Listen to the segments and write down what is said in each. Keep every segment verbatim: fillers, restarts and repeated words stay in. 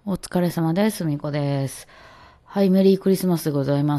お疲れ様です。みこです。はい、メリークリスマスでございます。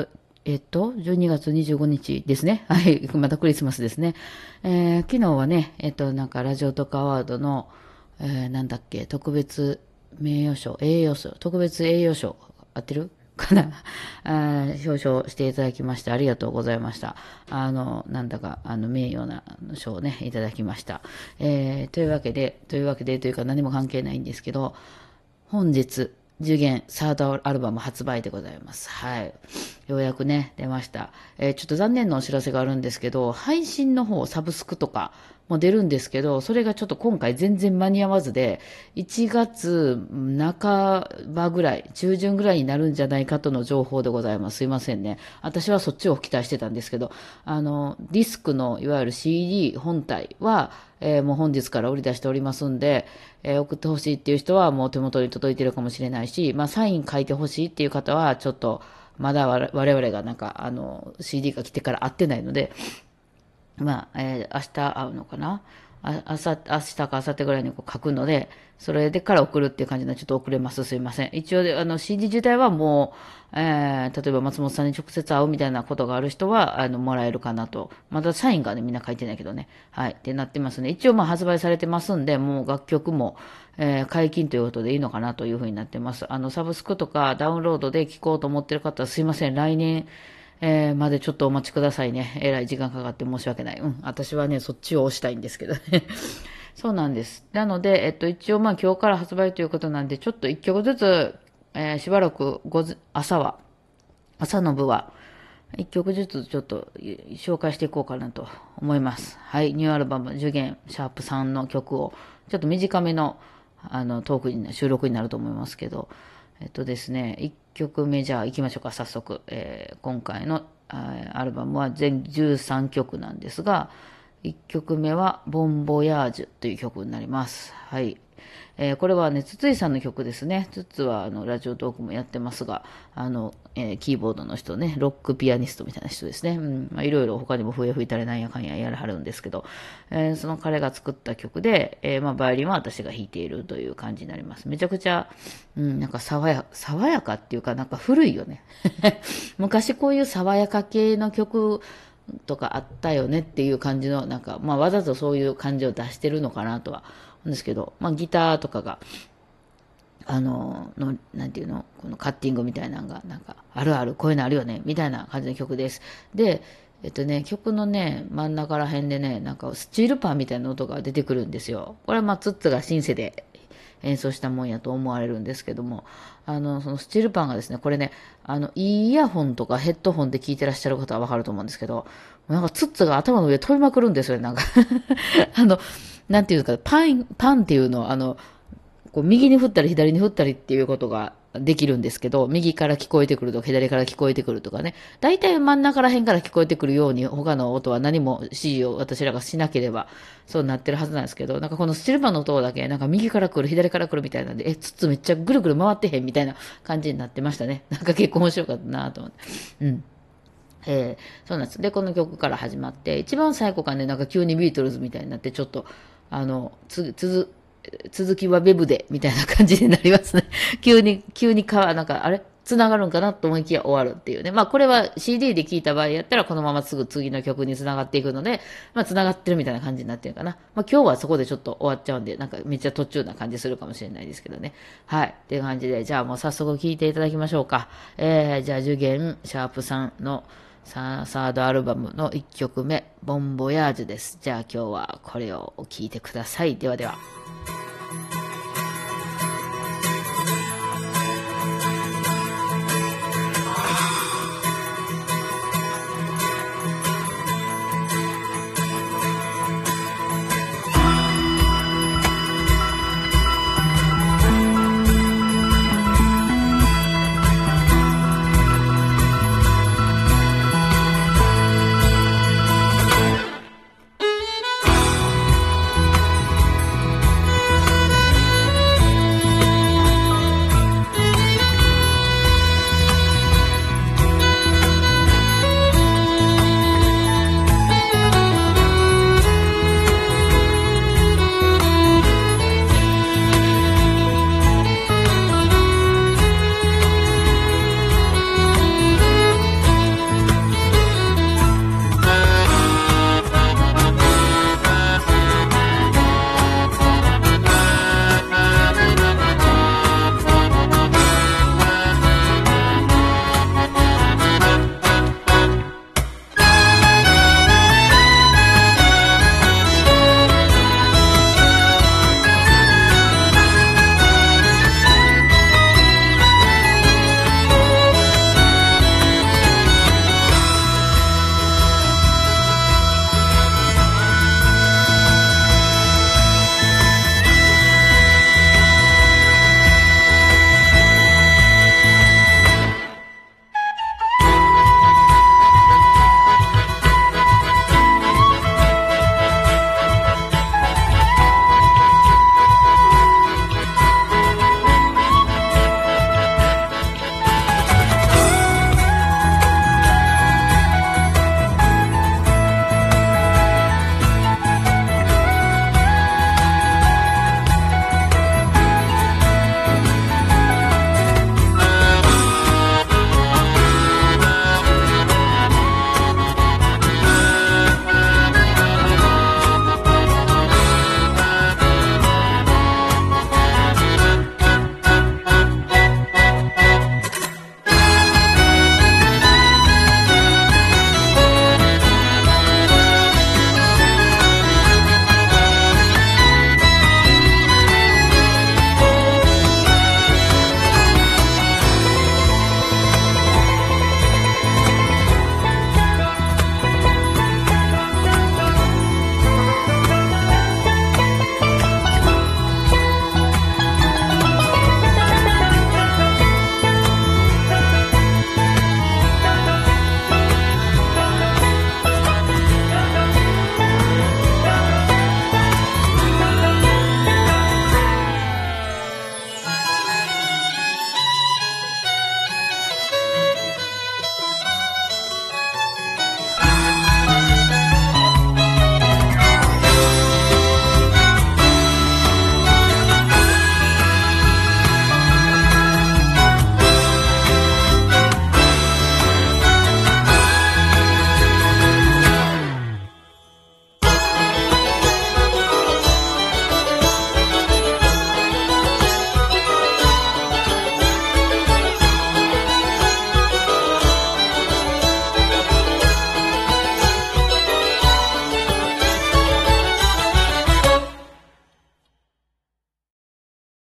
えっと、じゅうにがつにじゅうごにちですね。はい、またクリスマスですね。えー昨日はね、えっと、なんかラジオとかアワードの、えーなんだっけ、特別名誉賞、栄誉賞、特別栄誉賞、合ってるかなあー表彰していただきましてありがとうございました。あの、なんだか、あの、名誉な賞をね、いただきました。えーというわけで、というわけでというか何も関係ないんですけど、本日、受験サードアルバム発売でございます。はい。ようやくね、出ました。えーちょっと残念なお知らせがあるんですけど、配信の方、サブスクとかも出るんですけど、それがちょっと今回全然間に合わずで、いちがつ半ばぐらい、中旬ぐらいになるんじゃないかとの情報でございます。すいませんね。私はそっちを期待してたんですけど、あの、ディスクのいわゆる シーディー 本体は、えーもう本日から売り出しておりますんで、えー送ってほしいっていう人はもう手元に届いてるかもしれないし、まあ、サイン書いてほしいっていう方は、ちょっと、まだ我々がなんか、あの、シーディー が来てから会ってないので、まあ、えー明日会うのかなあ、あさ、明日か明後日ぐらいにこう書くので、それでから送るっていう感じでちょっと遅れます。すいません。一応、あの、シーディー 自体はもう、えー、例えば松本さんに直接会うみたいなことがある人は、あの、もらえるかなと。まだサインがね、みんな書いてないけどね。はい。ってなってますね。一応、まあ、発売されてますんで、もう楽曲も、えー解禁ということでいいのかなというふうになってます。あの、サブスクとかダウンロードで聴こうと思ってる方はすいません。来年、えー、までちょっとお待ちくださいね。えらい時間かかって申し訳ない。うん。私はね、そっちを押したいんですけどね。そうなんです。なので、えっと、一応まあ今日から発売ということなんで、ちょっと一曲ずつ、えーしばらく午前朝は、朝の部は、一曲ずつちょっと紹介していこうかなと思います。はい。ニューアルバム、受験、シャープさんの曲を、ちょっと短めの、あの、トークに、収録になると思いますけど、えっとですね、一曲目じゃあ行きましょうか、早速。えー今回のアルバムは全じゅうさんきょくなんですが、いっきょくめは、ボンボヤージュという曲になります。はい。えーこれはね、筒井さんの曲ですね。筒はあのラジオトークもやってますが、あの、えーキーボードの人ね、ロックピアニストみたいな人ですね。うん、まあ、いろいろ他にも笛吹いたりなんやかんややらはるんですけど、えーその彼が作った曲で、えーまあ、バイオリンは私が弾いているという感じになります。めちゃくちゃ、うん、なんか爽や、爽やかっていうかなんか古いよね。昔こういう爽やか系の曲とかあったよねっていう感じの、なんか、まあわざとそういう感じを出してるのかなとは思うんですけど、まあギターとかが、あの、の、なんていうの、このカッティングみたいなのが、なんか、あるある、こういうのあるよね、みたいな感じの曲です。で、えっとね、曲のね、真ん中ら辺でね、なんかスチールパンみたいな音が出てくるんですよ。これはまあ、ツッツがシンセで演奏したもんやと思われるんですけども、あの、そのスチールパンがですね、これね、あの、いいイヤホンとかヘッドホンで聞いてらっしゃる方はわかると思うんですけど、なんかツッツが頭の上飛びまくるんですよね、なんかあの、なんていうか、パン、パンっていうの、あの、こう右に振ったり左に振ったりっていうことができるんですけど、右から聞こえてくるとか、左から聞こえてくるとかね。大体真ん中ら辺から聞こえてくるように、他の音は何も指示を私らがしなければ、そうなってるはずなんですけど、なんかこのスチルバの音だけ、なんか右から来る、左から来るみたいなんで、え、つつめっちゃぐるぐる回ってへんみたいな感じになってましたね。なんか結構面白かったなと思って。うん。えー、そうなんです。で、この曲から始まって、一番最後がね、なんか急にビートルズみたいになって、ちょっと、あの、つ、つづ、続きはウェブで、みたいな感じになりますね。急に、急にか、なんか、あれ繋がるんかなと思いきや終わるっていうね。まあこれは シーディー で聴いた場合やったらこのまますぐ次の曲に繋がっていくので、まあ繋がってるみたいな感じになってるかな。まあ今日はそこでちょっと終わっちゃうんで、なんかめっちゃ途中な感じするかもしれないですけどね。はい。っていう感じで、じゃあもう早速聴いていただきましょうか。えー、じゃあ受験、シャープさんのサードアルバムのいっきょくめ、ボンボヤージュです。じゃあ今日はこれを聴いてください。ではでは。